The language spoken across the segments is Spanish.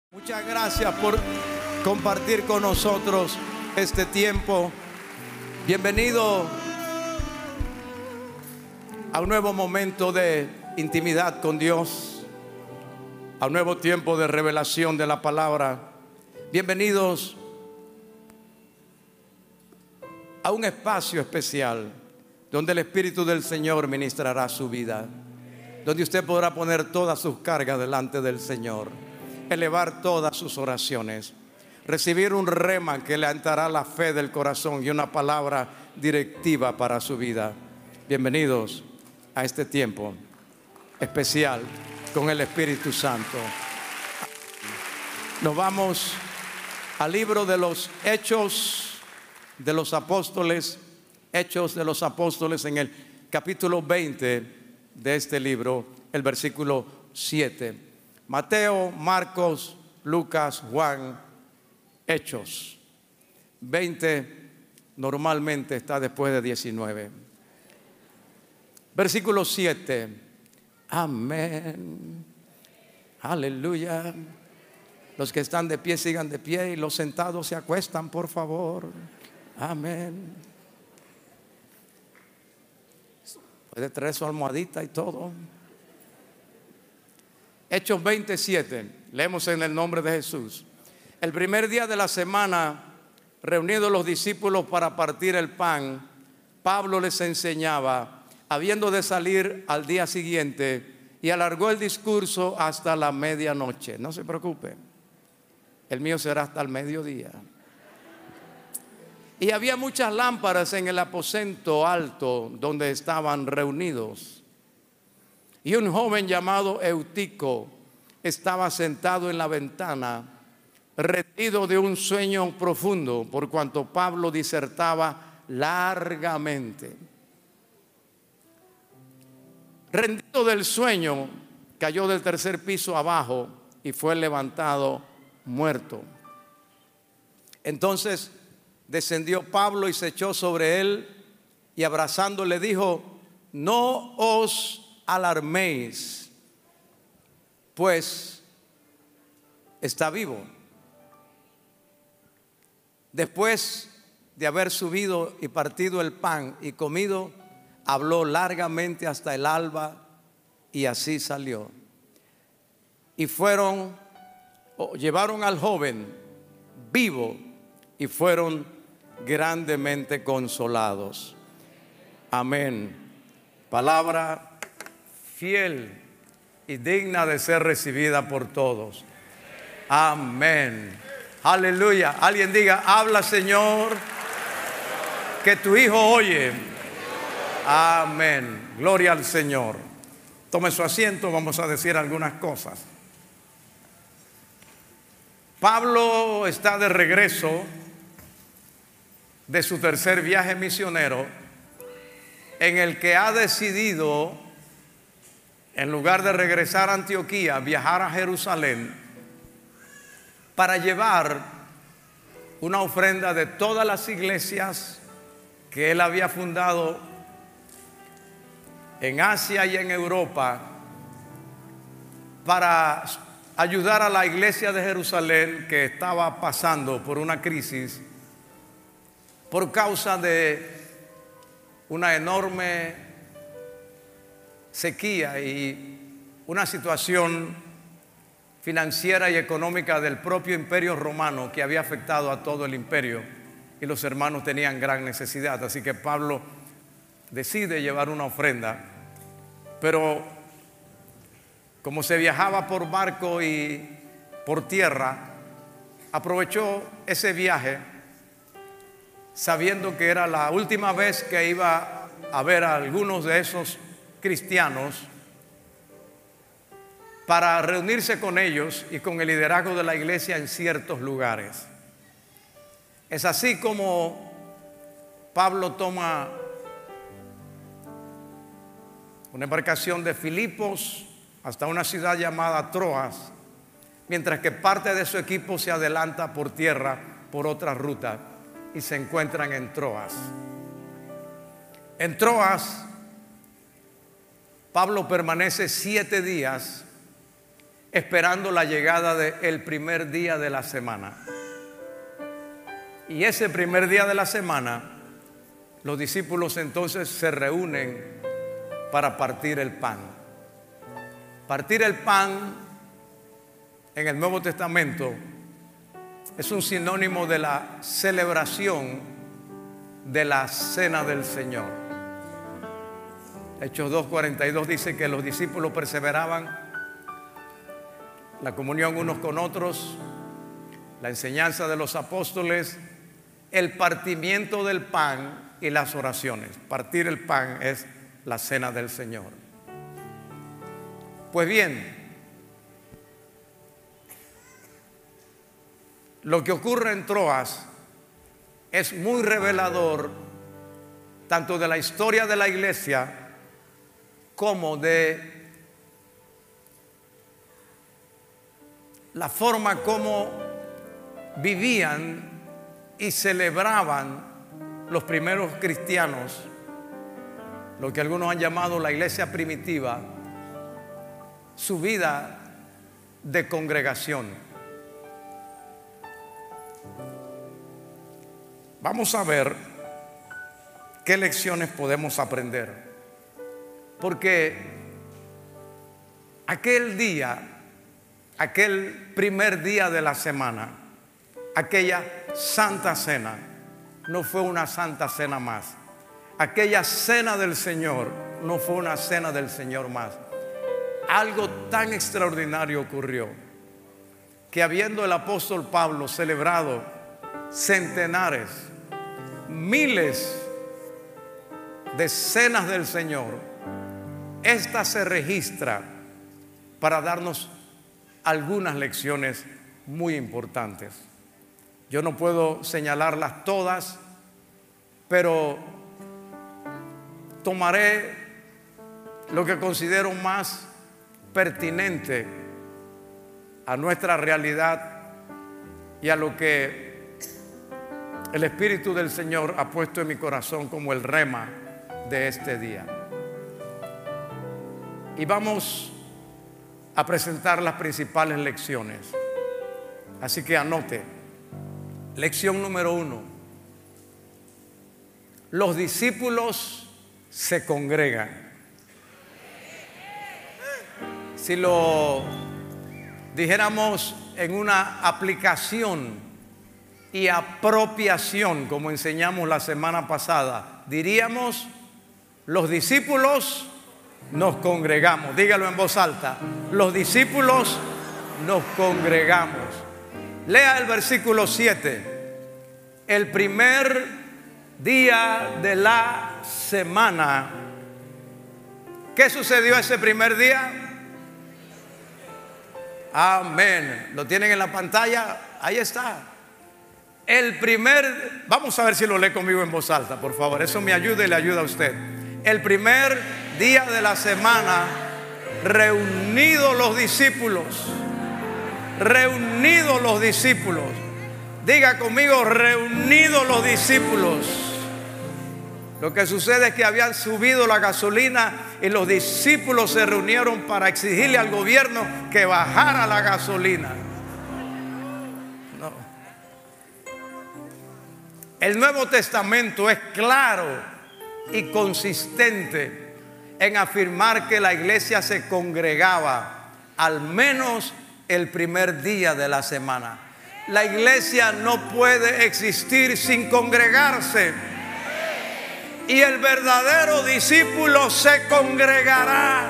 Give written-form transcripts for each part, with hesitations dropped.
Muchas gracias por compartir con nosotros este tiempo. Bienvenido a un nuevo momento de intimidad con Dios, a un nuevo tiempo de revelación de la palabra. Bienvenidos a un espacio especial donde el Espíritu del Señor ministrará su vida, donde usted podrá poner todas sus cargas delante del Señor, elevar todas sus oraciones, recibir un rema que levantará la fe del corazón y una palabra directiva para su vida. Bienvenidos a este tiempo especial con el Espíritu Santo. Nos vamos al libro de los Hechos de los Apóstoles, Hechos de los Apóstoles, en el capítulo 20 de este libro, el versículo 7. Mateo, Marcos, Lucas, Juan, Hechos. 20 normalmente está después de 19. Versículo 7. Amén. Aleluya. Los que están de pie sigan de pie y los sentados se acuestan, por favor. Amén. Puede traer su almohadita y todo. Hechos 27, leemos en el nombre de Jesús. El primer día de la semana, reunidos los discípulos para partir el pan, Pablo les enseñaba, habiendo de salir al día siguiente, y alargó el discurso hasta la medianoche. No se preocupe, el mío será hasta el mediodía. Y había muchas lámparas en el aposento alto donde estaban reunidos. Y un joven llamado Eutico estaba sentado en la ventana, rendido de un sueño profundo, por cuanto Pablo disertaba largamente. Rendido del sueño, cayó del tercer piso abajo y fue levantado muerto. Entonces descendió Pablo y se echó sobre él, y abrazándole dijo: no os alarméis, pues está vivo. Después de haber subido y partido el pan y comido, habló largamente hasta el alba, y así salió. Y llevaron al joven vivo y fueron grandemente consolados. Amén. Palabra fiel y digna de ser recibida por todos. Amén. Aleluya. Alguien diga: habla, Señor, que tu Hijo oye. Amén. Gloria al Señor. Tome su asiento, vamos a decir algunas cosas. Pablo está de regreso de su tercer viaje misionero, en el que ha decidido, en lugar de regresar a Antioquía, viajar a Jerusalén para llevar una ofrenda de todas las iglesias que él había fundado en Asia y en Europa, para ayudar a la iglesia de Jerusalén, que estaba pasando por una crisis por causa de una enorme sequía y una situación financiera y económica del propio imperio romano que había afectado a todo el imperio, y los hermanos tenían gran necesidad. Así que Pablo decide llevar una ofrenda, pero como se viajaba por barco y por tierra, aprovechó ese viaje sabiendo que era la última vez que iba a ver a algunos de esos cristianos, para reunirse con ellos y con el liderazgo de la iglesia en ciertos lugares. Es así como Pablo toma una embarcación de Filipos hasta una ciudad llamada Troas, mientras que parte de su equipo se adelanta por tierra por otra ruta y se encuentran en Troas. En Troas, Pablo permanece 7 días esperando la llegada del primer día de la semana. Y ese primer día de la semana, los discípulos entonces se reúnen para partir el pan. Partir el pan en el Nuevo Testamento es un sinónimo de la celebración de la cena del Señor. Hechos 2:42 dice que los discípulos perseveraban la comunión unos con otros, la enseñanza de los apóstoles, el partimiento del pan y las oraciones. Partir el pan es la cena del Señor. Pues bien, lo que ocurre en Troas es muy revelador tanto de la historia de la iglesia como de la forma como vivían y celebraban los primeros cristianos, lo que algunos han llamado la iglesia primitiva, su vida de congregación. Vamos a ver qué lecciones podemos aprender, porque aquel día, aquel primer día de la semana, aquella santa cena, no fue una santa cena más. Aquella cena del Señor no fue una cena del Señor más. Algo tan extraordinario ocurrió, que habiendo el apóstol Pablo celebrado centenares, miles de cenas del Señor, esta se registra para darnos algunas lecciones muy importantes. Yo no puedo señalarlas todas, pero tomaré lo que considero más pertinente a nuestra realidad y a lo que el Espíritu del Señor ha puesto en mi corazón como el rema de este día. Y vamos a presentar las principales lecciones. Así que anote. Lección número 1. Los discípulos se congregan. Si lo dijéramos en una aplicación y apropiación, como enseñamos la semana pasada, diríamos: los discípulos nos congregamos. Dígalo en voz alta: los discípulos nos congregamos. Lea el versículo 7. El primer día de la semana. ¿Qué sucedió ese primer día? Amén. ¿Lo tienen en la pantalla? Ahí está. Vamos a ver si lo lee conmigo en voz alta, por favor. Eso me ayuda y le ayuda a usted. El primer día de la semana, reunidos los discípulos. Reunidos los discípulos. Diga conmigo: reunidos los discípulos. Lo que sucede es que habían subido la gasolina y los discípulos se reunieron para exigirle al gobierno que bajara la gasolina. No. El Nuevo Testamento es claro y consistente en afirmar que la iglesia se congregaba al menos el primer día de la semana. La iglesia no puede existir sin congregarse. Y el verdadero discípulo se congregará.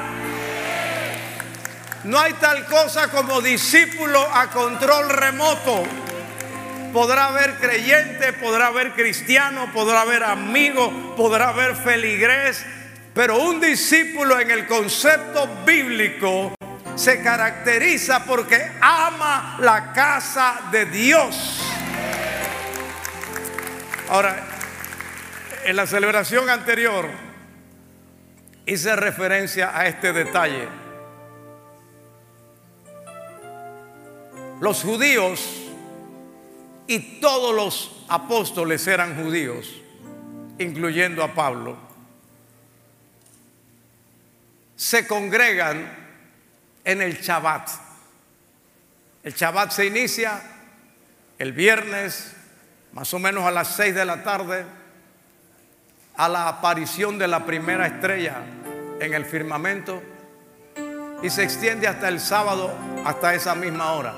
No hay tal cosa como discípulo a control remoto. Podrá haber creyente, podrá haber cristiano, podrá haber amigo, podrá haber feligrés, pero un discípulo en el concepto bíblico se caracteriza porque ama la casa de Dios. Ahora, en la celebración anterior hice referencia a este detalle. Los judíos y todos los apóstoles eran judíos, incluyendo a Pablo, se congregan en el Shabbat. El Shabbat se inicia el viernes, más o menos a las 6 de la tarde, a la aparición de la primera estrella en el firmamento, y se extiende hasta el sábado, hasta esa misma hora.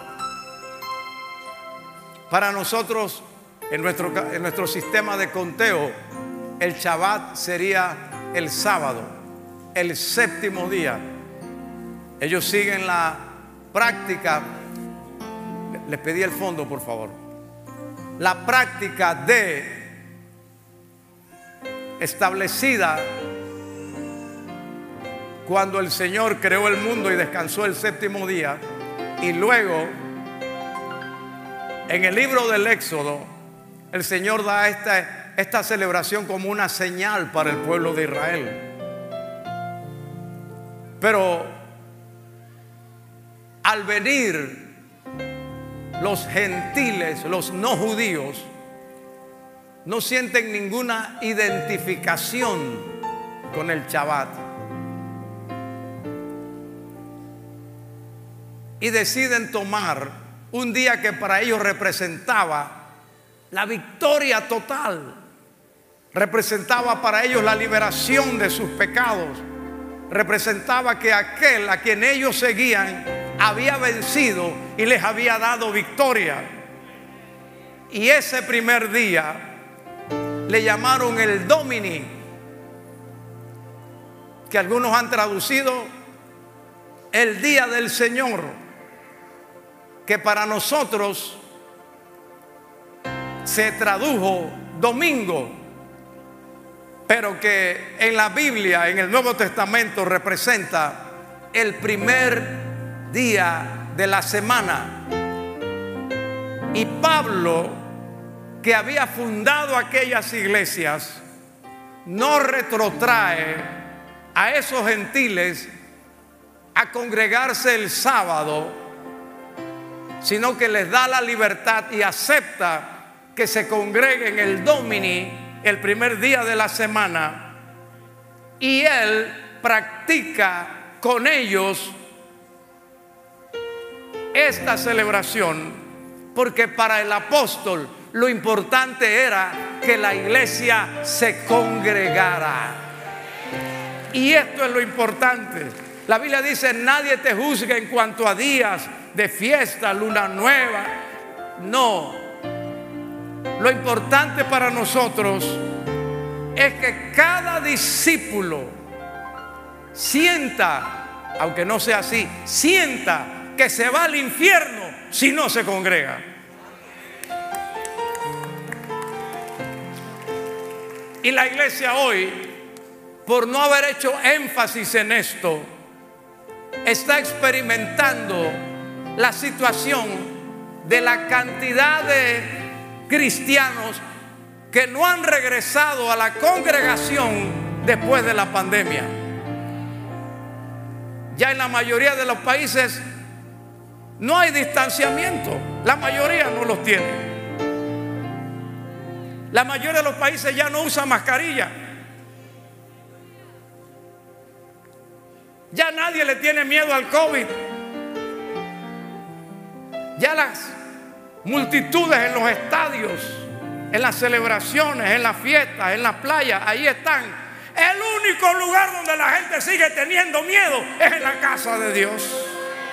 Para nosotros, en nuestro sistema de conteo, el Shabbat sería el sábado, el séptimo día. Ellos siguen la práctica. Les pedí el fondo, por favor. La práctica establecida cuando el Señor creó el mundo y descansó el séptimo día, y luego en el libro del Éxodo el Señor da esta celebración como una señal para el pueblo de Israel. Pero al venir los gentiles, los no judíos, no sienten ninguna identificación con el Shabbat y deciden tomar un día que para ellos representaba la victoria total, representaba para ellos la liberación de sus pecados, representaba que aquel a quien ellos seguían había vencido y les había dado victoria. Y ese primer día le llamaron el Domini, que algunos han traducido el día del Señor, que para nosotros se tradujo domingo, pero que en la Biblia, en el Nuevo Testamento, representa el primer día de la semana. Y Pablo, que había fundado aquellas iglesias, no retrotrae a esos gentiles a congregarse el sábado, sino que les da la libertad y acepta que se congreguen el Domini, el primer día de la semana, y él practica con ellos esta celebración, porque para el apóstol lo importante era que la iglesia se congregara. Y esto es lo importante. La Biblia dice: nadie te juzgue en cuanto a días de fiesta, luna nueva. No. Lo importante para nosotros es que cada discípulo sienta, aunque no sea así, sienta que se va al infierno si no se congrega. Y la iglesia hoy, por no haber hecho énfasis en esto, está experimentando la situación de la cantidad de cristianos que no han regresado a la congregación después de la pandemia. Ya en la mayoría de los países no hay distanciamiento, la mayoría no los tiene. La mayoría de los países ya no usa mascarilla. Ya nadie le tiene miedo al COVID. Ya las multitudes en los estadios, en las celebraciones, en las fiestas, en las playas, ahí están. El único lugar donde la gente sigue teniendo miedo es en la casa de Dios.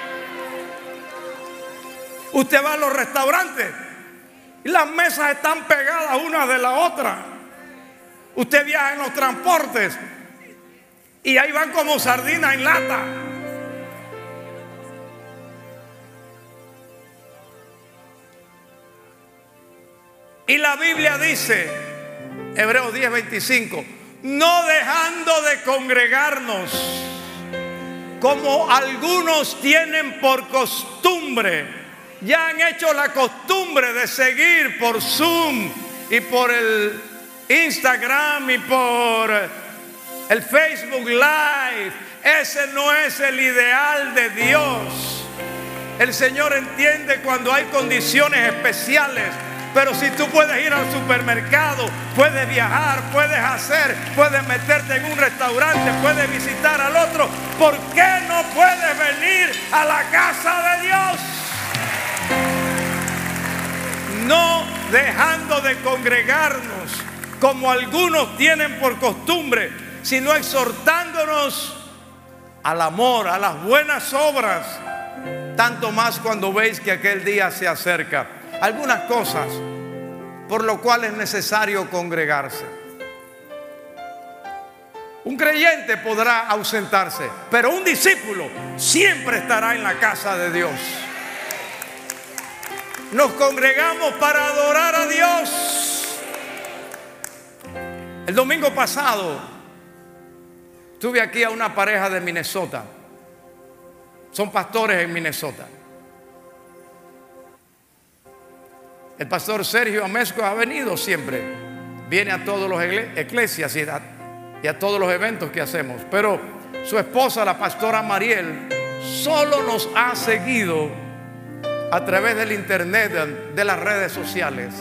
Usted va a los restaurantes y las mesas están pegadas una de la otra. Usted viaja en los transportes y ahí van como sardinas en lata. Y la Biblia dice, Hebreos 10:25, no dejando de congregarnos como algunos tienen por costumbre. Ya han hecho la costumbre de seguir por Zoom y por el Instagram y por el Facebook Live. Ese no es el ideal de Dios. El Señor entiende cuando hay condiciones especiales. Pero si tú puedes ir al supermercado, puedes viajar, puedes meterte en un restaurante, puedes visitar al otro, ¿por qué no puedes venir a la casa de Dios? dejando de congregarnos como algunos tienen por costumbre, sino exhortándonos al amor, a las buenas obras, tanto más cuando veis que aquel día se acerca. Algunas cosas por lo cual es necesario congregarse. Un creyente podrá ausentarse, pero un discípulo siempre estará en la casa de Dios. Nos congregamos para adorar a Dios. El domingo pasado tuve aquí a una pareja de Minnesota. Son pastores en Minnesota. El pastor Sergio Amezco ha venido siempre. Viene a todos los iglesias y a todos los eventos que hacemos. Pero su esposa, la pastora Mariel, solo nos ha seguido a través del internet, de las redes sociales.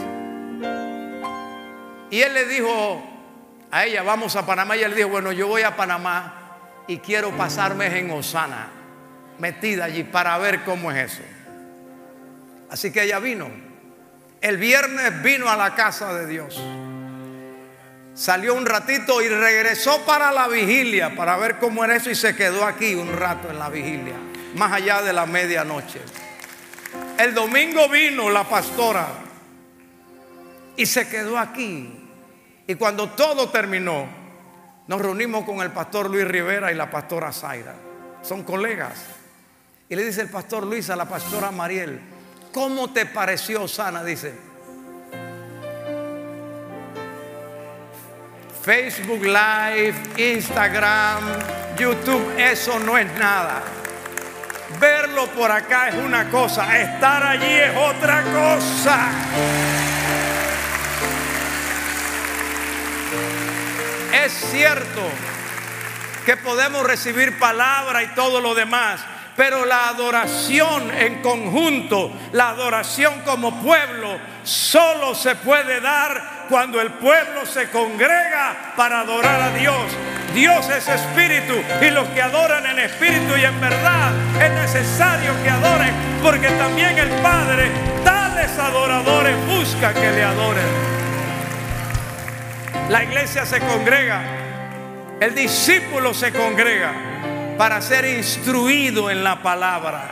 Y él le dijo a ella, vamos a Panamá. Y él dijo, bueno, yo voy a Panamá y quiero pasarme en Osana, metida allí, para ver cómo es eso. Así que ella vino. El viernes vino a la casa de Dios. Salió un ratito y regresó para la vigilia, para ver cómo era eso, y se quedó aquí un rato en la vigilia, más allá de la medianoche. El domingo vino la pastora y se quedó aquí. Y cuando todo terminó, nos reunimos con el pastor Luis Rivera y la pastora Zaira. Son colegas. Y le dice el pastor Luis a la pastora Mariel, ¿cómo te pareció Osana? Dice, Facebook Live, Instagram, YouTube, eso no es nada. Verlo por acá es una cosa, estar allí es otra cosa. Es cierto que podemos recibir palabra y todo lo demás, pero la adoración en conjunto, la adoración como pueblo, solo se puede dar cuando el pueblo se congrega para adorar a Dios. Dios es espíritu, y los que adoran en espíritu y en verdad es necesario que adoren, porque también el Padre tales adoradores busca que le adoren. La iglesia se congrega, el discípulo se congrega para ser instruido en la palabra.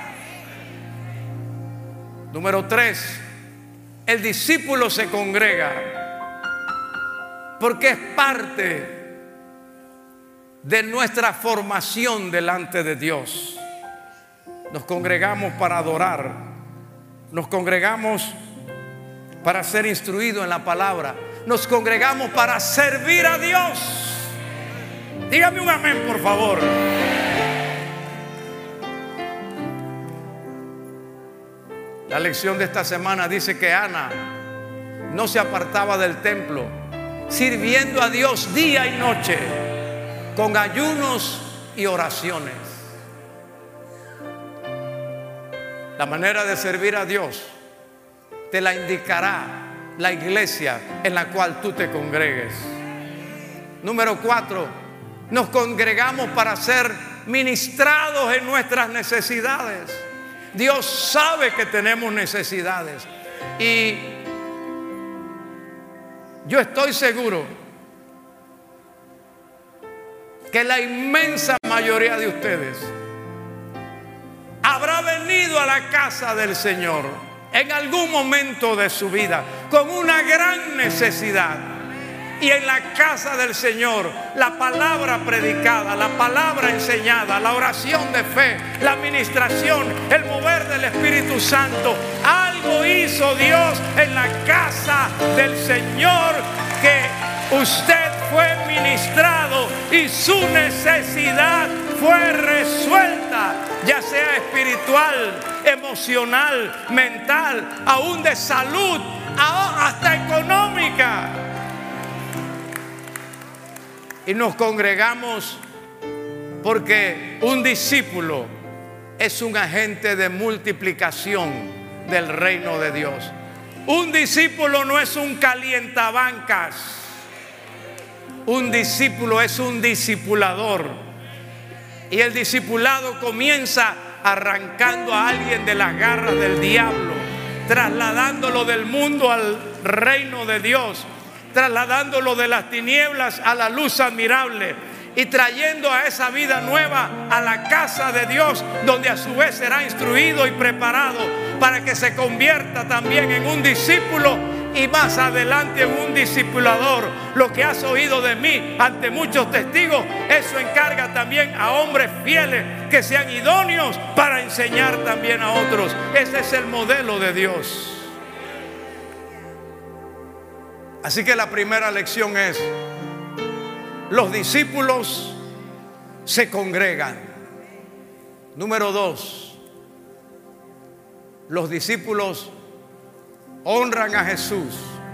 Número 3, el discípulo se congrega porque es parte de nuestra formación delante de Dios. Nos congregamos para adorar, nos congregamos para ser instruidos en la palabra, nos congregamos para servir a Dios. Dígame un amén, por favor. La lección de esta semana dice que Ana no se apartaba del templo, sirviendo a Dios día y noche, con ayunos y oraciones. La manera de servir a Dios te la indicará la iglesia en la cual tú te congregues. Número 4, nos congregamos para ser ministrados en nuestras necesidades. Dios sabe que tenemos necesidades, y yo estoy seguro que la inmensa mayoría de ustedes habrá venido a la casa del Señor en algún momento de su vida con una gran necesidad. Y en la casa del Señor, la palabra predicada, la palabra enseñada, la oración de fe, la administración, el mover del Espíritu Santo, algo hizo Dios en la casa del Señor, que usted fue ministrado y su necesidad fue resuelta, ya sea espiritual, emocional, mental, aún de salud, hasta económica. Y nos congregamos porque un discípulo es un agente de multiplicación del reino de Dios. Un discípulo no es un calientabancas. Un discípulo es un discipulador. Y el discipulado comienza arrancando a alguien de las garras del diablo, trasladándolo del mundo al reino de Dios, trasladándolo de las tinieblas a la luz admirable y trayendo a esa vida nueva a la casa de Dios, donde a su vez será instruido y preparado para que se convierta también en un discípulo y más adelante en un discipulador. Lo que has oído de mí ante muchos testigos, eso encarga también a hombres fieles que sean idóneos para enseñar también a otros. Ese es el modelo de Dios. Así que la primera lección es: los discípulos se congregan. Número 2, los discípulos honran a Jesús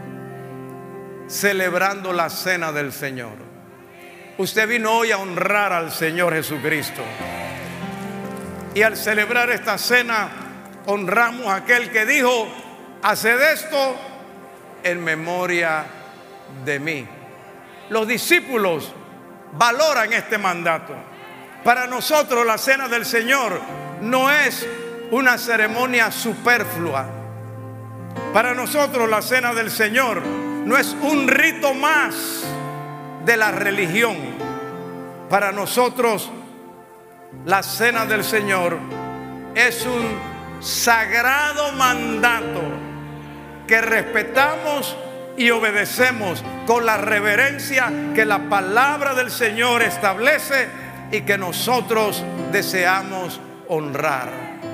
celebrando la cena del Señor. Usted vino hoy a honrar al Señor Jesucristo. Y al celebrar esta cena, honramos a aquel que dijo: haced esto en memoria de mí. Los discípulos valoran este mandato. Para nosotros la cena del Señor no es una ceremonia superflua. Para nosotros la cena del Señor no es un rito más de la religión. Para nosotros la cena del Señor es un sagrado mandato que respetamos y obedecemos con la reverencia que la palabra del Señor establece y que nosotros deseamos honrar.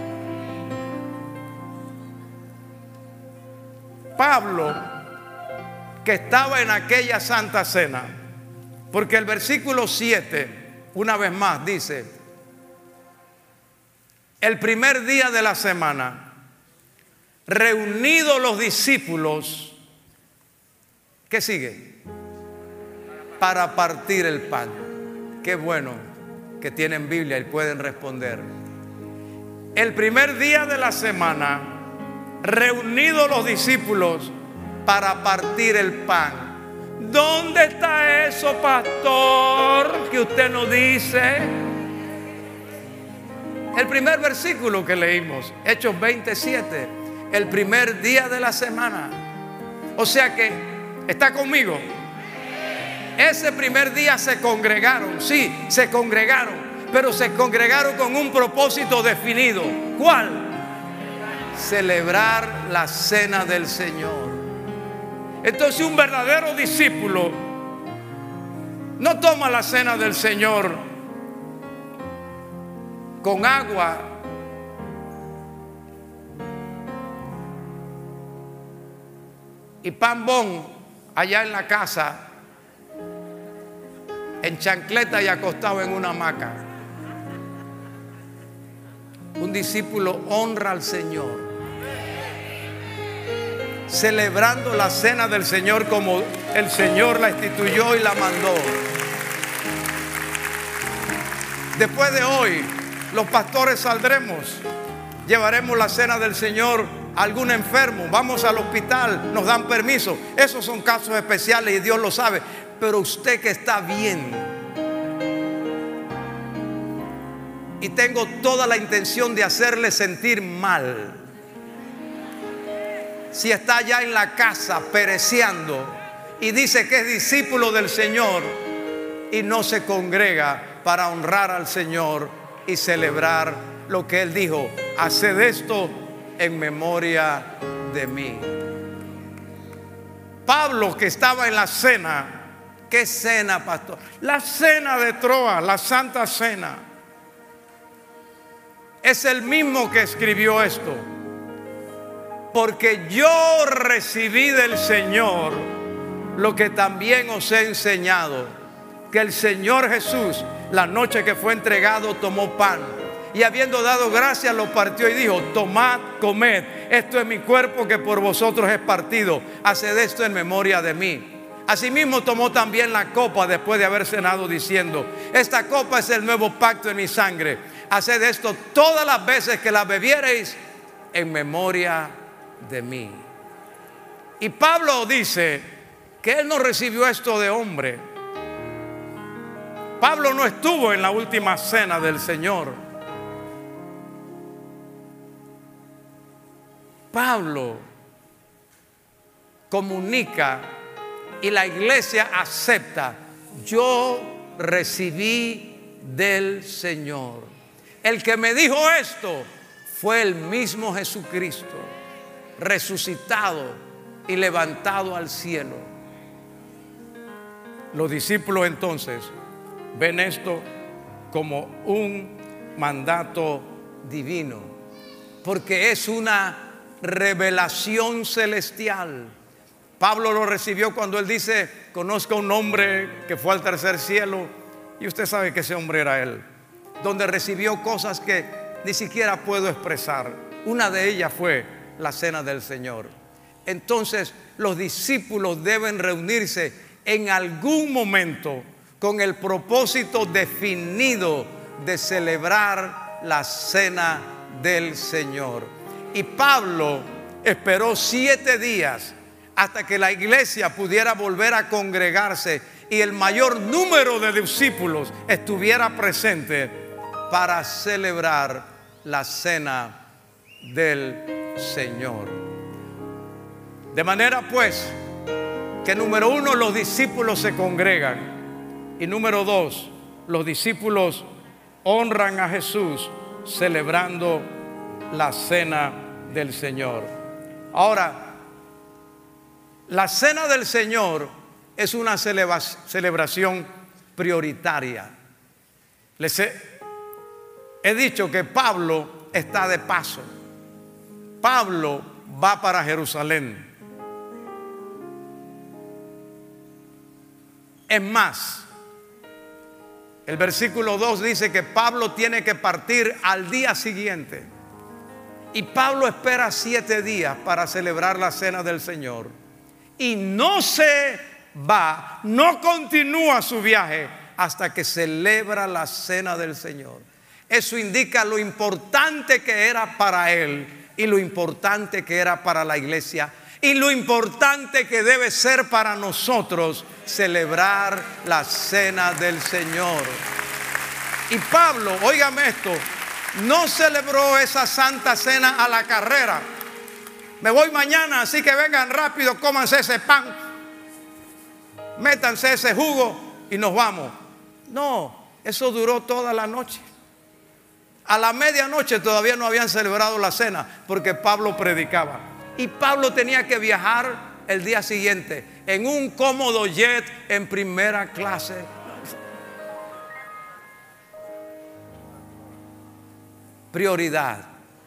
Pablo, que estaba en aquella santa cena, porque el versículo 7 una vez más dice: el primer día de la semana, reunidos los discípulos, ¿qué sigue? Para partir el pan. Qué bueno que tienen Biblia y pueden responder. El primer día de la semana, reunidos los discípulos para partir el pan. ¿Dónde está eso, pastor, que usted nos dice? El primer versículo que leímos, Hechos 27, el primer día de la semana. O sea que, ¿está conmigo? Ese primer día se congregaron, sí, se congregaron, pero se congregaron con un propósito definido. ¿Cuál? Celebrar la cena del Señor. Entonces un verdadero discípulo no toma la cena del Señor con agua y pan bon allá en la casa, en chancleta y acostado en una hamaca. Un discípulo honra al Señor, celebrando la cena del Señor como el Señor la instituyó y la mandó. Después de hoy, los pastores saldremos, llevaremos la cena del Señor a algún enfermo, vamos al hospital, nos dan permiso. Esos son casos especiales y Dios lo sabe. Pero usted que está bien, y tengo toda la intención de hacerle sentir mal, si está ya en la casa pereceando y dice que es discípulo del Señor y no se congrega para honrar al Señor y celebrar lo que Él dijo: haced esto en memoria de mí. Pablo, que estaba en la cena. ¿Qué cena, pastor? La cena de Troas, la Santa Cena. Es el mismo que escribió esto. Porque yo recibí del Señor lo que también os he enseñado, que el Señor Jesús, la noche que fue entregado, tomó pan y habiendo dado gracias lo partió y dijo: tomad, comed, esto es mi cuerpo que por vosotros es partido, haced esto en memoria de mí. Asimismo tomó también la copa después de haber cenado, diciendo: esta copa es el nuevo pacto en mi sangre, haced esto todas las veces que la bebiereis en memoria de mí. Y Pablo dice que él no recibió esto de hombre. Pablo no estuvo en la última cena del Señor. Pablo comunica y la iglesia acepta: yo recibí del Señor. El que me dijo esto fue el mismo Jesucristo, resucitado y levantado al cielo. Los discípulos entonces ven esto como un mandato divino, porque es una revelación celestial. Pablo lo recibió cuando él dice: conozco a un hombre que fue al tercer cielo, y usted sabe que ese hombre era él, donde recibió cosas que ni siquiera puedo expresar. Una de ellas fue la cena del Señor. Entonces los discípulos deben reunirse en algún momento con el propósito definido de celebrar la cena del Señor. Y Pablo esperó 7 días hasta que la iglesia pudiera volver a congregarse y el mayor número de discípulos estuviera presente para celebrar la cena del Señor. De manera pues que, número 1, los discípulos se congregan, y número 2, los discípulos honran a Jesús celebrando la cena del Señor. Ahora, la cena del Señor es una celebración prioritaria. Les he dicho que Pablo está de paso. Pablo va para Jerusalén. Es más, el versículo 2 dice que Pablo tiene que partir al día siguiente. Y Pablo espera 7 días para celebrar la cena del Señor. Y no se va, no continúa su viaje hasta que celebra la cena del Señor. Eso indica lo importante que era para él y lo importante que era para la iglesia y lo importante que debe ser para nosotros celebrar la cena del Señor. Y Pablo, óigame esto, no celebró esa santa cena a la carrera. Me voy mañana, así que vengan rápido, cómanse ese pan, métanse ese jugo y nos vamos. No, eso duró toda la noche. A la medianoche todavía no habían celebrado la cena, porque Pablo predicaba. Y Pablo tenía que viajar el día siguiente en un cómodo jet en primera clase. Prioridad.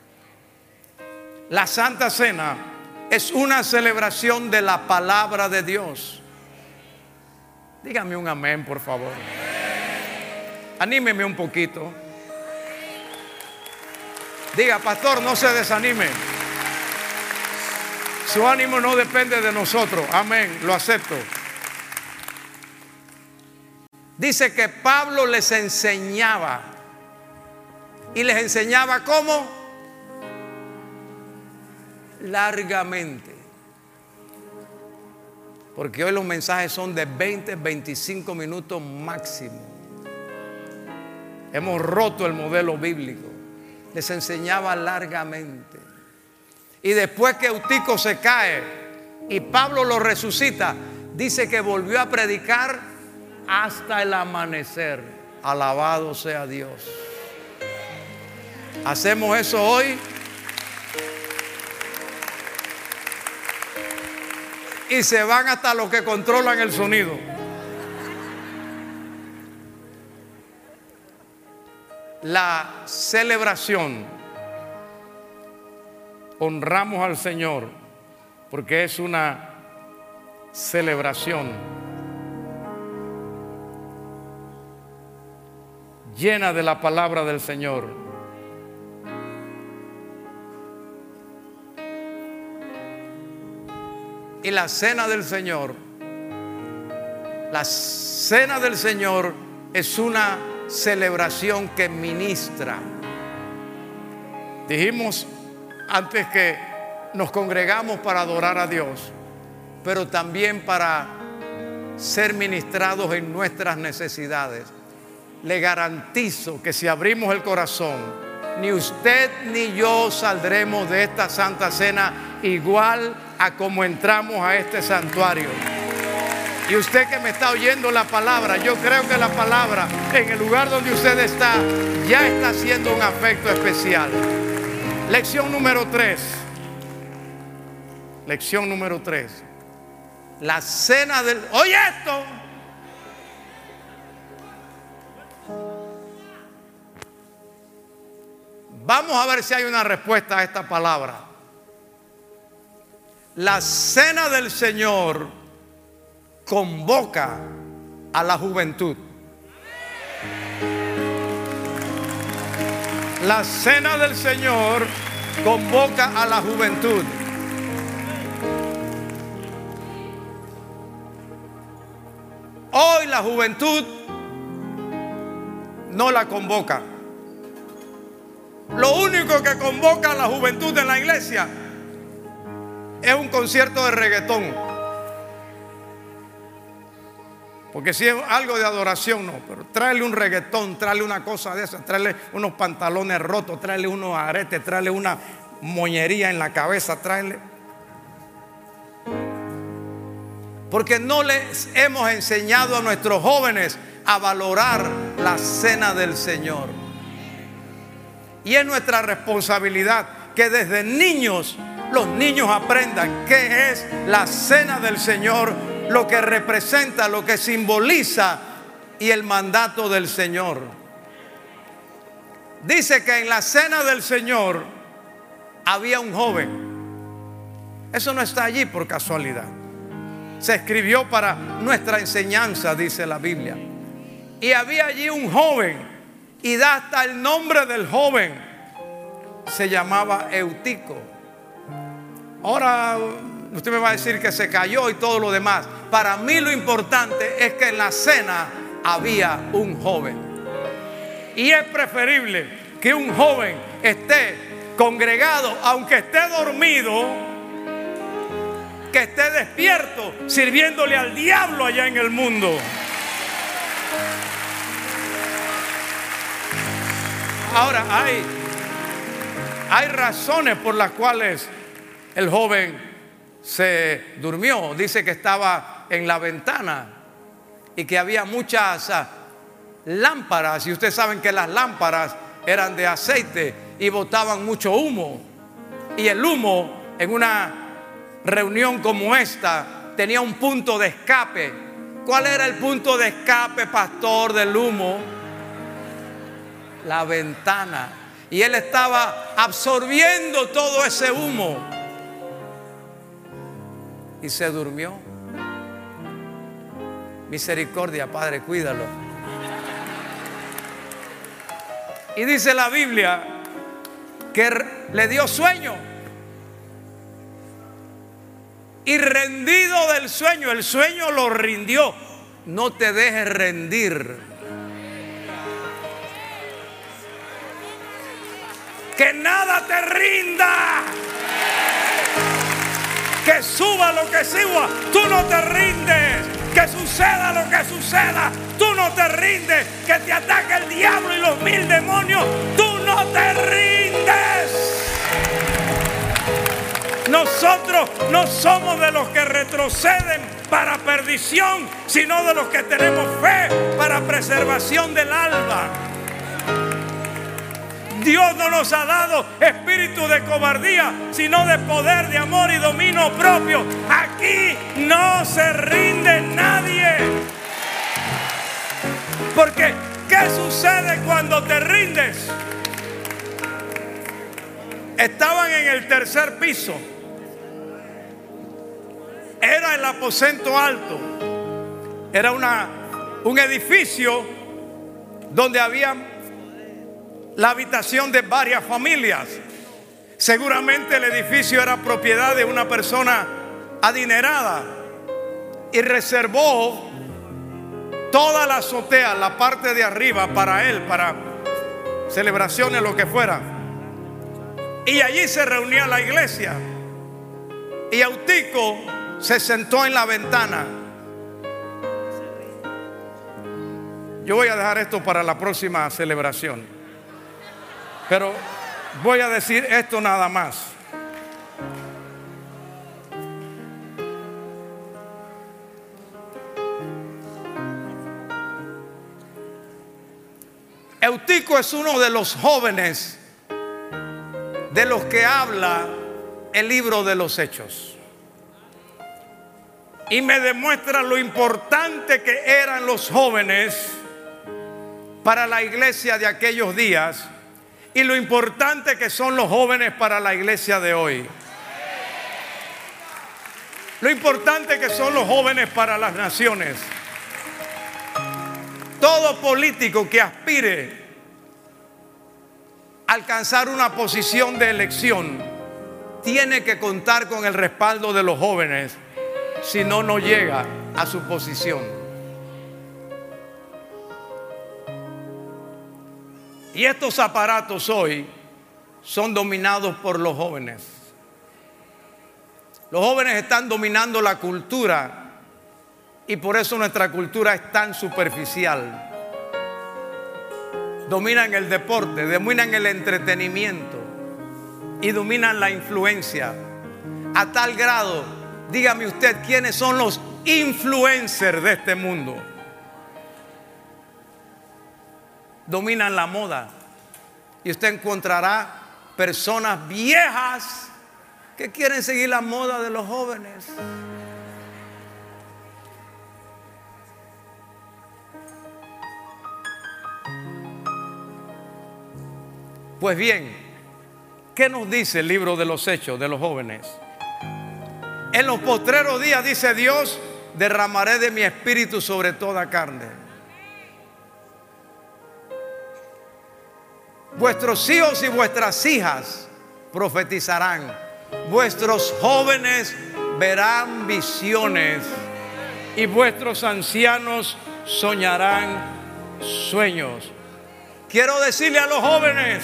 La Santa Cena es una celebración de la palabra de Dios. Dígame un amén, por favor. Anímeme un poquito. Diga: pastor, no se desanime. Su ánimo no depende de nosotros. Amén, lo acepto. Dice que Pablo les enseñaba. ¿Y les enseñaba cómo? Largamente. Porque hoy los mensajes son de 20, 25 minutos máximo. Hemos roto el modelo bíblico. Les enseñaba largamente. Y después que Eutico se cae y Pablo lo resucita, dice que volvió a predicar hasta el amanecer. Alabado sea Dios. ¿Hacemos eso hoy? Y se van hasta los que controlan el sonido. La celebración, honramos al Señor porque es una celebración llena de la palabra del Señor. Y la cena del Señor, la cena del Señor es una celebración que ministra. Dijimos antes que nos congregamos para adorar a Dios, pero también para ser ministrados en nuestras necesidades. Le garantizo que si abrimos el corazón, ni usted ni yo saldremos de esta santa cena igual a como entramos a este santuario. Y usted que me está oyendo la palabra, yo creo que la palabra en el lugar donde usted está ya está haciendo un afecto especial. Lección número 3. Lección número 3. La cena del... Oye esto. Vamos a ver si hay una respuesta a esta palabra. La cena del Señor convoca a la juventud. La cena del Señor convoca a la juventud. Hoy la juventud no la convoca. Lo único que convoca a la juventud en la iglesia es un concierto de reggaetón. Porque si es algo de adoración, no. Pero tráele un reggaetón, tráele una cosa de esas, tráele unos pantalones rotos, tráele unos aretes, tráele una moñería en la cabeza, tráele. Porque no les hemos enseñado a nuestros jóvenes a valorar la cena del Señor. Y es nuestra responsabilidad que desde niños los niños aprendan qué es la cena del Señor, lo que representa, lo que simboliza y el mandato del Señor. Dice que en la cena del Señor había un joven. Eso no está allí por casualidad. Se escribió para nuestra enseñanza, dice la Biblia. Y había allí un joven, y da hasta el nombre del joven. Se llamaba Eutico. Ahora usted me va a decir que se cayó y todo lo demás. Para mí lo importante es que en la cena había un joven. Y es preferible que un joven esté congregado, aunque esté dormido, que esté despierto sirviéndole al diablo allá en el mundo. Ahora hay razones por las cuales el joven se durmió. Dice que estaba en la ventana y que había muchas lámparas. Y ustedes saben que las lámparas eran de aceite y botaban mucho humo. Y el humo en una reunión como esta tenía un punto de escape. ¿Cuál era el punto de escape, pastor, del humo? La ventana. Y él estaba absorbiendo todo ese humo y se durmió. Misericordia, Padre, cuídalo. Y dice la Biblia que le dio sueño. Y rendido del sueño, el sueño lo rindió. No te dejes rendir. Que nada te rinda. Que suba lo que suba, tú no te rindes. Que suceda lo que suceda, tú no te rindes. Que te ataque el diablo y los 1000 demonios, tú no te rindes. Nosotros no somos de los que retroceden para perdición, sino de los que tenemos fe para preservación del alma. Dios no nos ha dado espíritu de cobardía, sino de poder, de amor y dominio propio. Aquí no se rinde nadie. Porque ¿qué sucede cuando te rindes? Estaban en el 3er piso. Era el aposento alto. Era un edificio donde había la habitación de varias familias. Seguramente el edificio era propiedad de una persona adinerada y reservó toda la azotea, la parte de arriba, para él, para celebraciones, lo que fuera. Y allí se reunía la iglesia. Y Eutico se sentó en la ventana. Yo voy a dejar esto para la próxima celebración, pero voy a decir esto nada más. Eutico es uno de los jóvenes de los que habla el libro de los Hechos. Y me demuestra lo importante que eran los jóvenes para la iglesia de aquellos días y lo importante que son los jóvenes para la iglesia de hoy. Lo importante que son los jóvenes para las naciones. Todo político que aspire a alcanzar una posición de elección tiene que contar con el respaldo de los jóvenes, si no, no llega a su posición. Y estos aparatos hoy son dominados por los jóvenes. Los jóvenes están dominando la cultura y por eso nuestra cultura es tan superficial. Dominan el deporte, dominan el entretenimiento y dominan la influencia. A tal grado, dígame usted, ¿quiénes son los influencers de este mundo? Dominan la moda. Y usted encontrará personas viejas que quieren seguir la moda de los jóvenes. Pues bien, ¿qué nos dice el libro de los Hechos de los jóvenes? En los postreros días, dice Dios, derramaré de mi espíritu sobre toda carne. Vuestros hijos y vuestras hijas profetizarán. Vuestros jóvenes verán visiones y vuestros ancianos soñarán sueños. Quiero decirle a los jóvenes,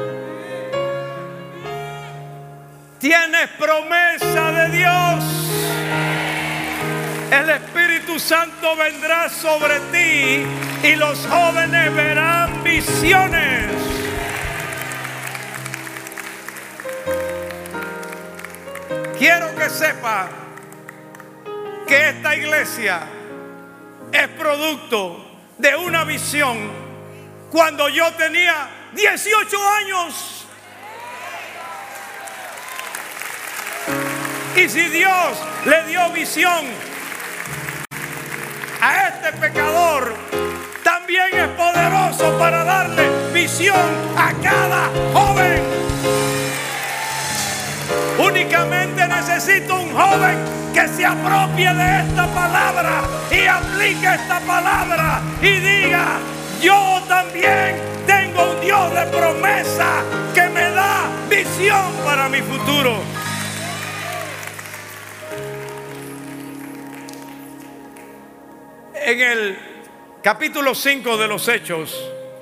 tienes promesa de Dios. El Espíritu Santo vendrá sobre ti y los jóvenes verán visiones. Quiero que sepa que esta iglesia es producto de una visión cuando yo tenía 18 años. Y si Dios le dio visión a este pecador, también es poderoso para darle visión a cada joven. Únicamente necesito un joven que se apropie de esta palabra y aplique esta palabra y diga: yo también tengo un Dios de promesa que me da visión para mi futuro. En el capítulo 5 de los Hechos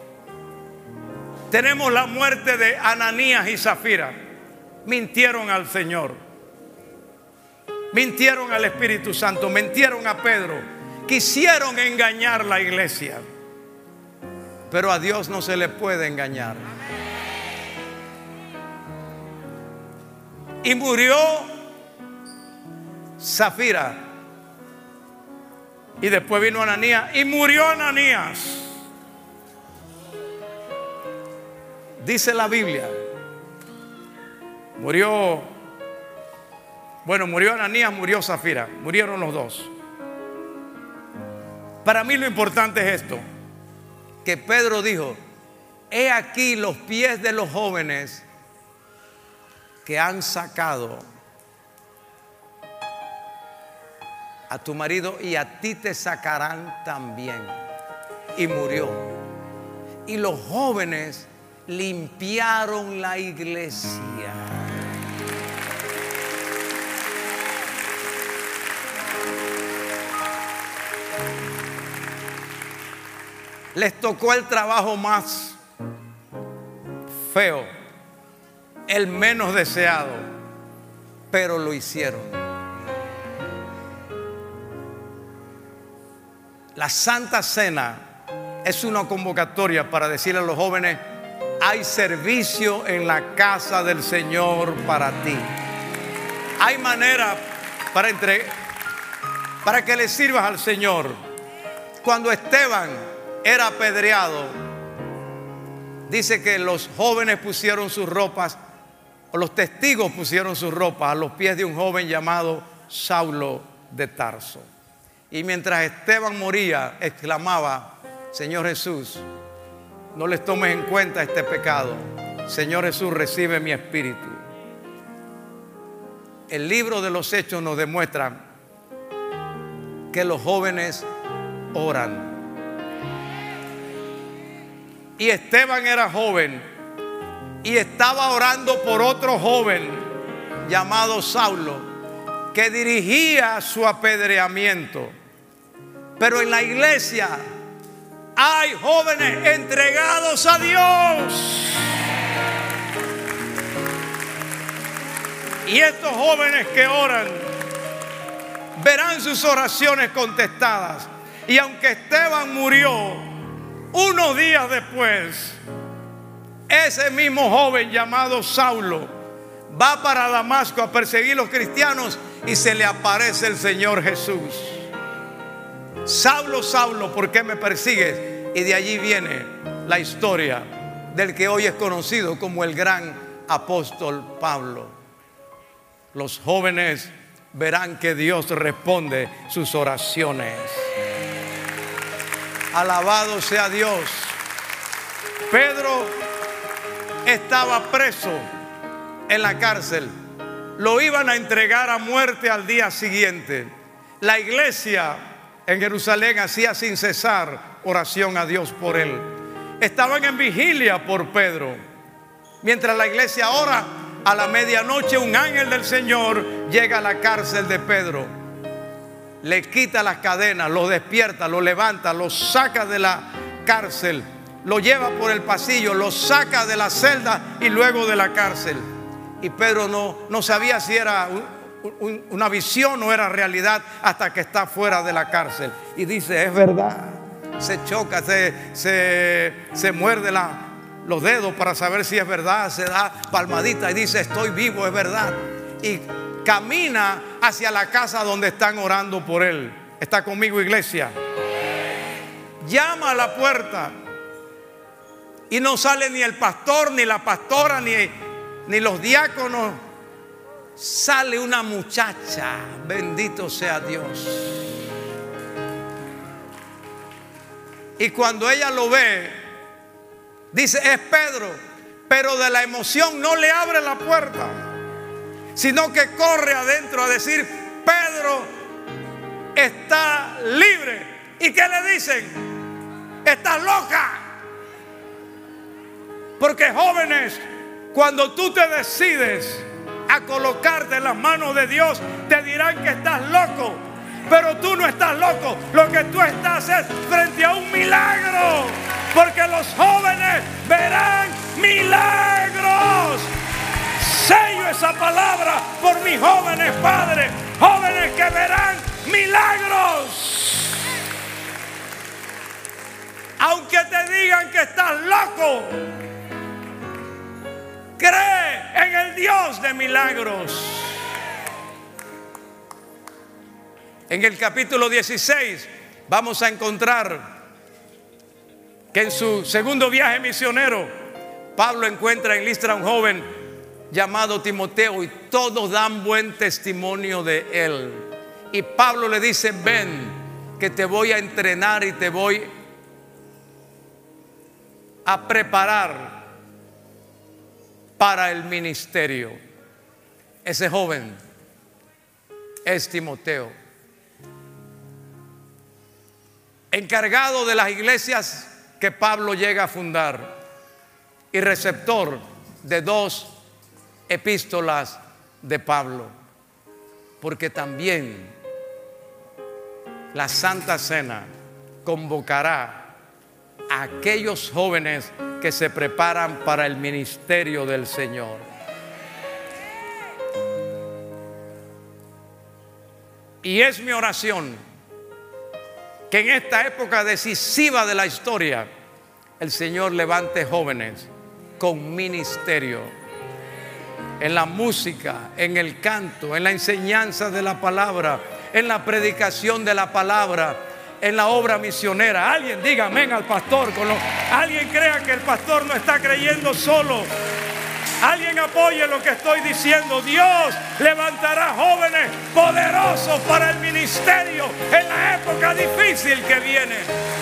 tenemos la muerte de Ananías y Zafira. Mintieron al Señor, mintieron al Espíritu Santo, mintieron a Pedro, quisieron engañar la iglesia. Pero a Dios no se le puede engañar. Y murió Zafira. Y después vino Ananías y murió Ananías. Dice la Biblia. Murió Ananías, murió Zafira. Murieron los dos. Para mí lo importante es esto: que Pedro dijo: he aquí los pies de los jóvenes que han sacado a tu marido y a ti te sacarán también. Y murió. Y los jóvenes limpiaron la iglesia. Les tocó el trabajo más feo, el menos deseado, pero lo hicieron. La Santa Cena es una convocatoria para decirle a los jóvenes: hay servicio en la casa del Señor para ti. Hay manera para que le sirvas al Señor. Cuando Esteban era apedreado, dice que los jóvenes pusieron sus ropas, o los testigos pusieron sus ropas a los pies de un joven llamado Saulo de Tarso. Y mientras Esteban moría, exclamaba: Señor Jesús, no les tomes en cuenta este pecado. Señor Jesús, recibe mi espíritu. El libro de los Hechos nos demuestra que los jóvenes oran. Y Esteban era joven y estaba orando por otro joven llamado Saulo, que dirigía su apedreamiento. Pero en la iglesia hay jóvenes entregados a Dios. Y estos jóvenes que oran verán sus oraciones contestadas. Y aunque Esteban murió, unos días después, ese mismo joven llamado Saulo va para Damasco a perseguir a los cristianos y se le aparece el Señor Jesús. Saulo, Saulo, ¿por qué me persigues? Y de allí viene la historia del que hoy es conocido como el gran apóstol Pablo. Los jóvenes verán que Dios responde sus oraciones. Alabado sea Dios. Pedro estaba preso en la cárcel. Lo iban a entregar a muerte al día siguiente. La iglesia en Jerusalén hacía sin cesar oración a Dios por él. Estaban en vigilia por Pedro. Mientras la iglesia ora, a la medianoche un ángel del Señor llega a la cárcel de Pedro. Le quita las cadenas, lo despierta, lo levanta, lo saca de la cárcel, lo lleva por el pasillo, lo saca de la celda y luego de la cárcel. Y Pedro no sabía si era una visión o era realidad hasta que está fuera de la cárcel. Y dice: es verdad. Se choca, se muerde los dedos para saber si es verdad, se da palmadita y dice: estoy vivo, es verdad. Y camina hacia la casa donde están orando por él. ¿Está conmigo, iglesia? Llama a la puerta y no sale ni el pastor, ni la pastora, ni los diáconos. Sale una muchacha, bendito sea Dios. Y cuando ella lo ve, dice: es Pedro. Pero de la emoción no le abre la puerta, sino que corre adentro a decir: Pedro está libre. ¿Y qué le dicen? Estás loca. Porque jóvenes, cuando tú te decides a colocarte en las manos de Dios, te dirán que estás loco. Pero tú no estás loco. Lo que tú estás es frente a un milagro. Porque los jóvenes verán milagros. Sello esa palabra por mis jóvenes padres. Jóvenes que verán milagros. Aunque te digan que estás loco, cree en el Dios de milagros. En el capítulo 16 vamos a encontrar que en su segundo viaje misionero, Pablo encuentra en Listra a un joven llamado Timoteo y todos dan buen testimonio de él. Y Pablo le dice: ven, que te voy a entrenar y te voy a preparar para el ministerio. Ese joven es Timoteo, encargado de las iglesias que Pablo llega a fundar y receptor de 2 epístolas de Pablo. Porque también la Santa Cena convocará a aquellos jóvenes que se preparan para el ministerio del Señor. Y es mi oración que en esta época decisiva de la historia el Señor levante jóvenes con ministerio en la música, en el canto, en la enseñanza de la palabra, en la predicación de la palabra, en la obra misionera. Alguien diga amén al pastor. Alguien crea que el pastor no está creyendo solo. Alguien apoye lo que estoy diciendo. Dios levantará jóvenes poderosos para el ministerio en la época difícil que viene.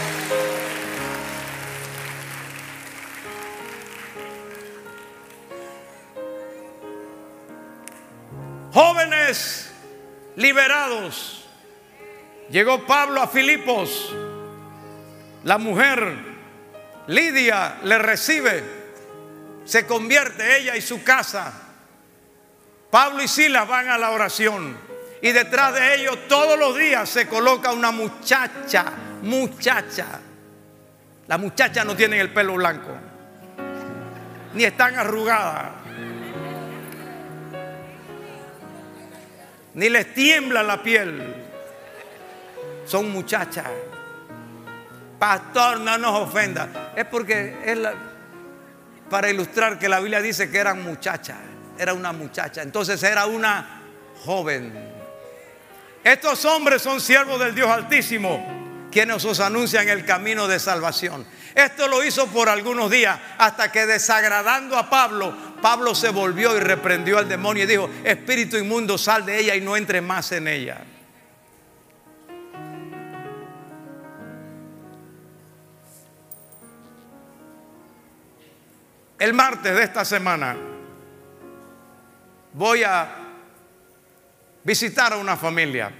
Jóvenes liberados. Llegó Pablo a Filipos. La mujer Lidia le recibe. Se convierte ella y su casa. Pablo y Silas van a la oración. Y detrás de ellos todos los días se coloca una muchacha. Las muchachas no tienen el pelo blanco, ni están arrugadas, ni les tiembla la piel. Son muchachas. Pastor, no nos ofenda. Es porque para ilustrar que la Biblia dice que eran muchachas. Era una muchacha. Entonces era una joven. Estos hombres son siervos del Dios Altísimo, quienes os anuncian el camino de salvación. Esto lo hizo por algunos días, hasta que, desagradando a Pablo, Pablo se volvió y reprendió al demonio y dijo: espíritu inmundo, sal de ella y no entres más en ella. El martes de esta semana voy a visitar a una familia.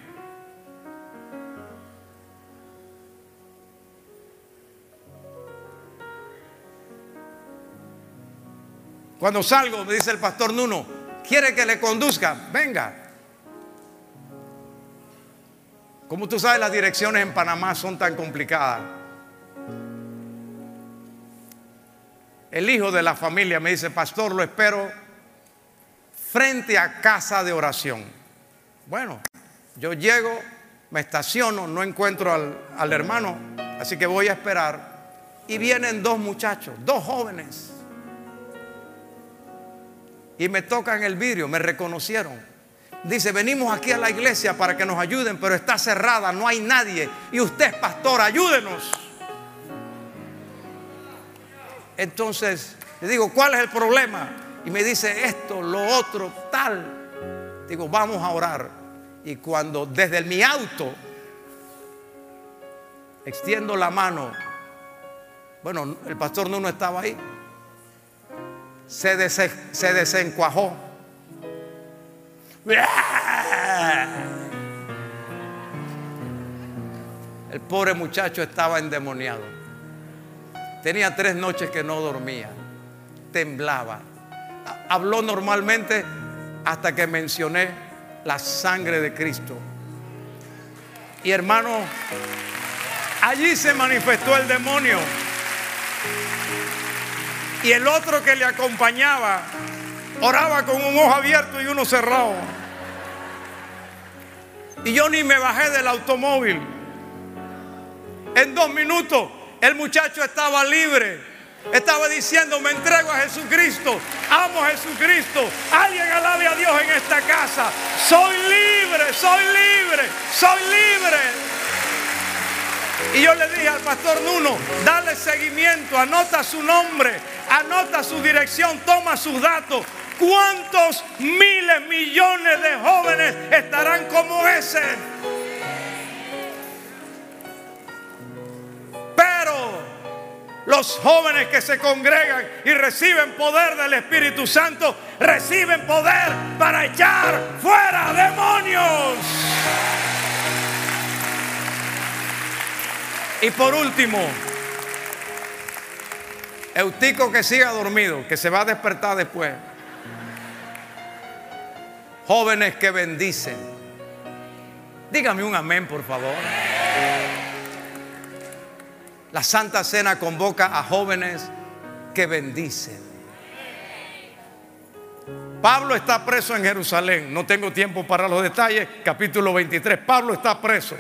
Cuando salgo me dice el pastor Nuno: ¿quiere que le conduzca? Venga. Como tú sabes, las direcciones en Panamá son tan complicadas. El hijo de la familia me dice: pastor, lo espero frente a casa de oración. Bueno, yo llego, me estaciono, no encuentro al hermano, así que voy a esperar. Y vienen dos muchachos, dos jóvenes, y me tocan el vidrio, me reconocieron. Dice: venimos aquí a la iglesia para que nos ayuden, pero está cerrada, no hay nadie, y usted, pastor, ayúdenos. Entonces le digo: ¿cuál es el problema? Y me dice: esto, lo otro, tal. Digo: vamos a orar. Y cuando desde mi auto extiendo la mano, bueno, el pastor no estaba ahí, se desencuajó. El pobre muchacho estaba endemoniado. Tenía 3 noches que no dormía, temblaba. Habló normalmente hasta que mencioné la sangre de Cristo. Y hermano, allí se manifestó el demonio. Y el otro que le acompañaba oraba con un ojo abierto y uno cerrado. Y yo ni me bajé del automóvil. En 2 minutos el muchacho estaba libre. Estaba diciendo: me entrego a Jesucristo, amo a Jesucristo. Alguien alabe a Dios en esta casa. Soy libre, soy libre, soy libre. Y yo le dije al pastor Nuno: dale seguimiento, anota su nombre, anota su dirección, toma sus datos. ¿Cuántos miles, millones de jóvenes estarán como ese? Pero los jóvenes que se congregan y reciben poder del Espíritu Santo, reciben poder para echar fuera demonios. Y por último, Eutico, que siga dormido, que se va a despertar después. Jóvenes que bendicen. Dígame un amén, por favor. La Santa Cena convoca a jóvenes que bendicen. Pablo está preso en Jerusalén. No tengo tiempo para los detalles. Capítulo 23. Pablo está preso.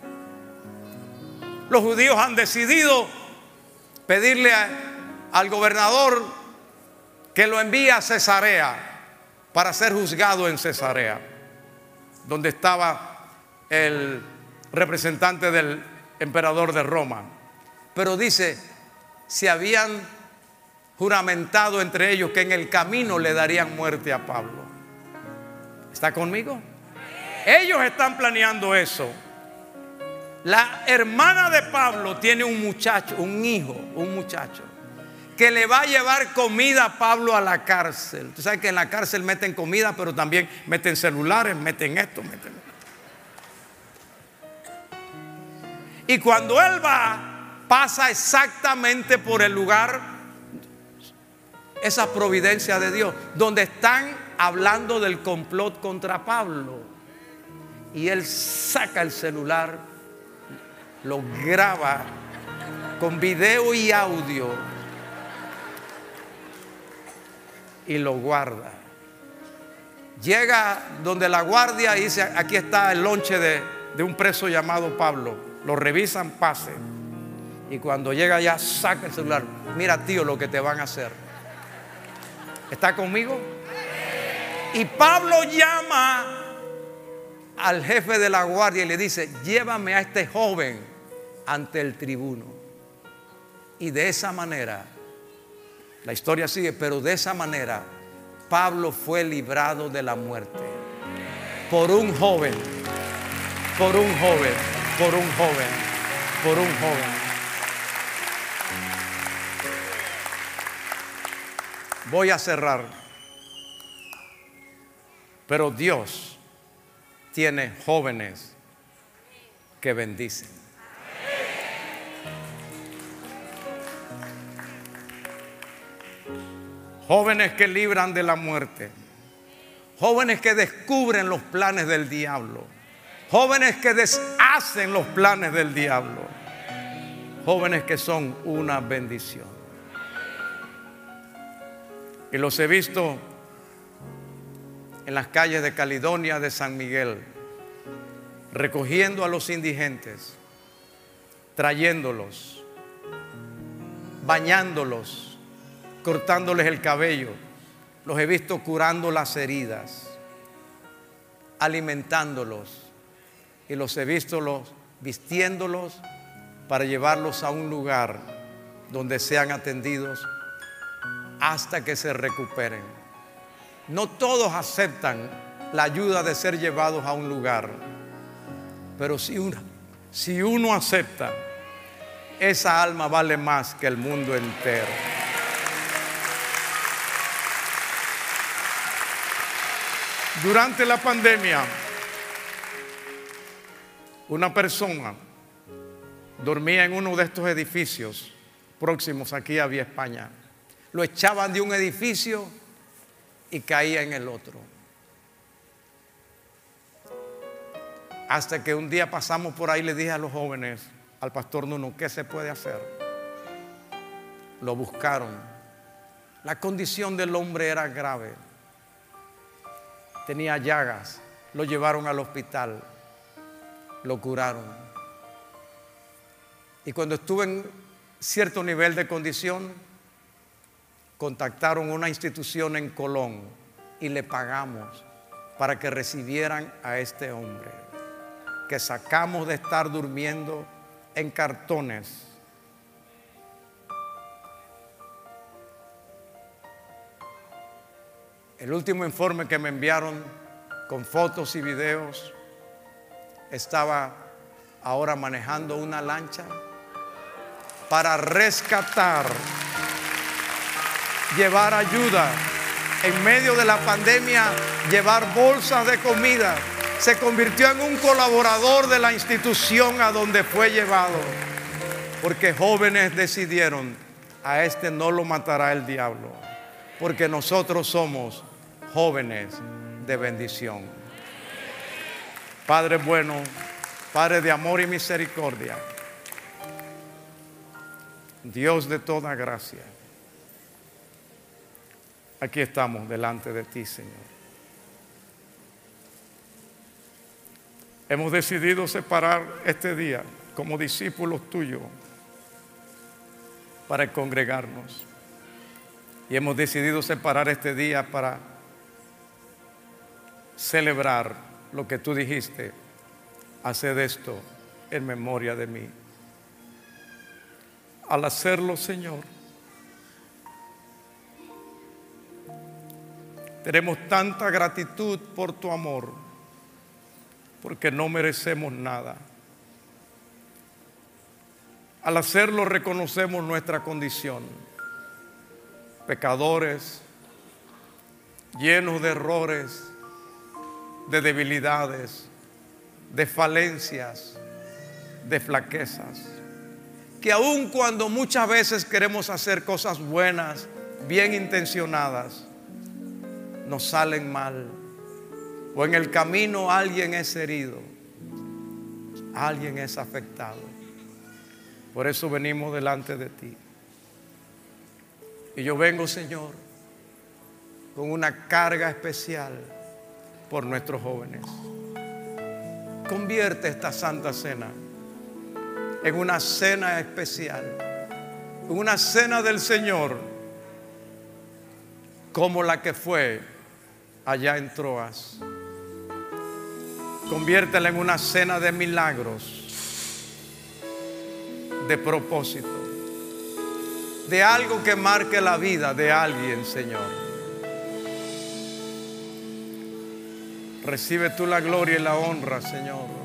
Los judíos han decidido pedirle al gobernador que lo envíe a Cesarea para ser juzgado en Cesarea, donde estaba el representante del emperador de Roma. Pero dice, se habían juramentado entre ellos que en el camino le darían muerte a Pablo. ¿Está conmigo? Ellos están planeando eso. La hermana de Pablo tiene un muchacho, un hijo, un muchacho que le va a llevar comida a Pablo a la cárcel. Tú sabes que en la cárcel meten comida, pero también meten celulares, meten esto, meten... Y cuando él va, pasa exactamente por el lugar, esa providencia de Dios, donde están hablando del complot contra Pablo. Y él saca el celular, lo graba con video y audio y lo guarda. Llega donde la guardia y dice, aquí está el lonche de un preso llamado Pablo. Lo revisan, pase. Y cuando llega allá, saca el celular. Mira, tío, lo que te van a hacer. ¿Está conmigo? Y Pablo llama al jefe de la guardia y le dice, llévame a este joven ante el tribuno. Y de esa manera, la historia sigue, pero de esa manera Pablo fue librado de la muerte. Por un joven, por un joven, por un joven, por un joven. Voy a cerrar. Pero Dios tiene jóvenes que bendicen. Jóvenes que libran de la muerte. Jóvenes que descubren los planes del diablo. Jóvenes que deshacen los planes del diablo. Jóvenes que son una bendición. Y los he visto en las calles de Caledonia, de San Miguel, recogiendo a los indigentes, trayéndolos, bañándolos, cortándoles el cabello. Los he visto curando las heridas, alimentándolos, y los he visto vistiéndolos para llevarlos a un lugar donde sean atendidos hasta que se recuperen. No todos aceptan la ayuda de ser llevados a un lugar, pero si uno acepta, esa alma vale más que el mundo entero. Durante la pandemia, una persona dormía en uno de estos edificios próximos aquí a Vía España. Lo echaban de un edificio y caía en el otro. Hasta que un día pasamos por ahí y le dije a los jóvenes, al pastor Nuno, ¿qué se puede hacer? Lo buscaron. La condición del hombre era grave. Tenía llagas. Lo llevaron al hospital. Lo curaron. Y cuando estuvo en cierto nivel de condición, contactaron una institución en Colón y le pagamos para que recibieran a este hombre que sacamos de estar durmiendo en cartones. El último informe que me enviaron con fotos y videos, estaba ahora manejando una lancha para rescatar, llevar ayuda en medio de la pandemia, llevar bolsas de comida. Se convirtió en un colaborador de la institución a donde fue llevado, porque jóvenes decidieron, a este no lo matará el diablo, porque nosotros somos jóvenes de bendición. Padre bueno, Padre de amor y misericordia, Dios de toda gracia, aquí estamos delante de ti, Señor. Hemos decidido separar este día como discípulos tuyos para congregarnos. Y hemos decidido separar este día para celebrar lo que tú dijiste: haced esto en memoria de mí. al hacerlo, Señor, tenemos tanta gratitud por tu amor, porque no merecemos nada. Al hacerlo reconocemos nuestra condición, pecadores, llenos de errores, de debilidades, de falencias, de flaquezas, que aun cuando muchas veces queremos hacer cosas buenas, bien intencionadas, nos salen mal, o en el camino alguien es herido, alguien es afectado. Por eso venimos delante de ti. Y yo vengo, Señor, con una carga especial por nuestros jóvenes. Convierte esta Santa Cena en una cena especial, en una cena del Señor, como la que fue allá en Troas. Conviértela en una cena de milagros, de propósito, de algo que marque la vida de alguien, Señor. Recibe tú la gloria y la honra, Señor.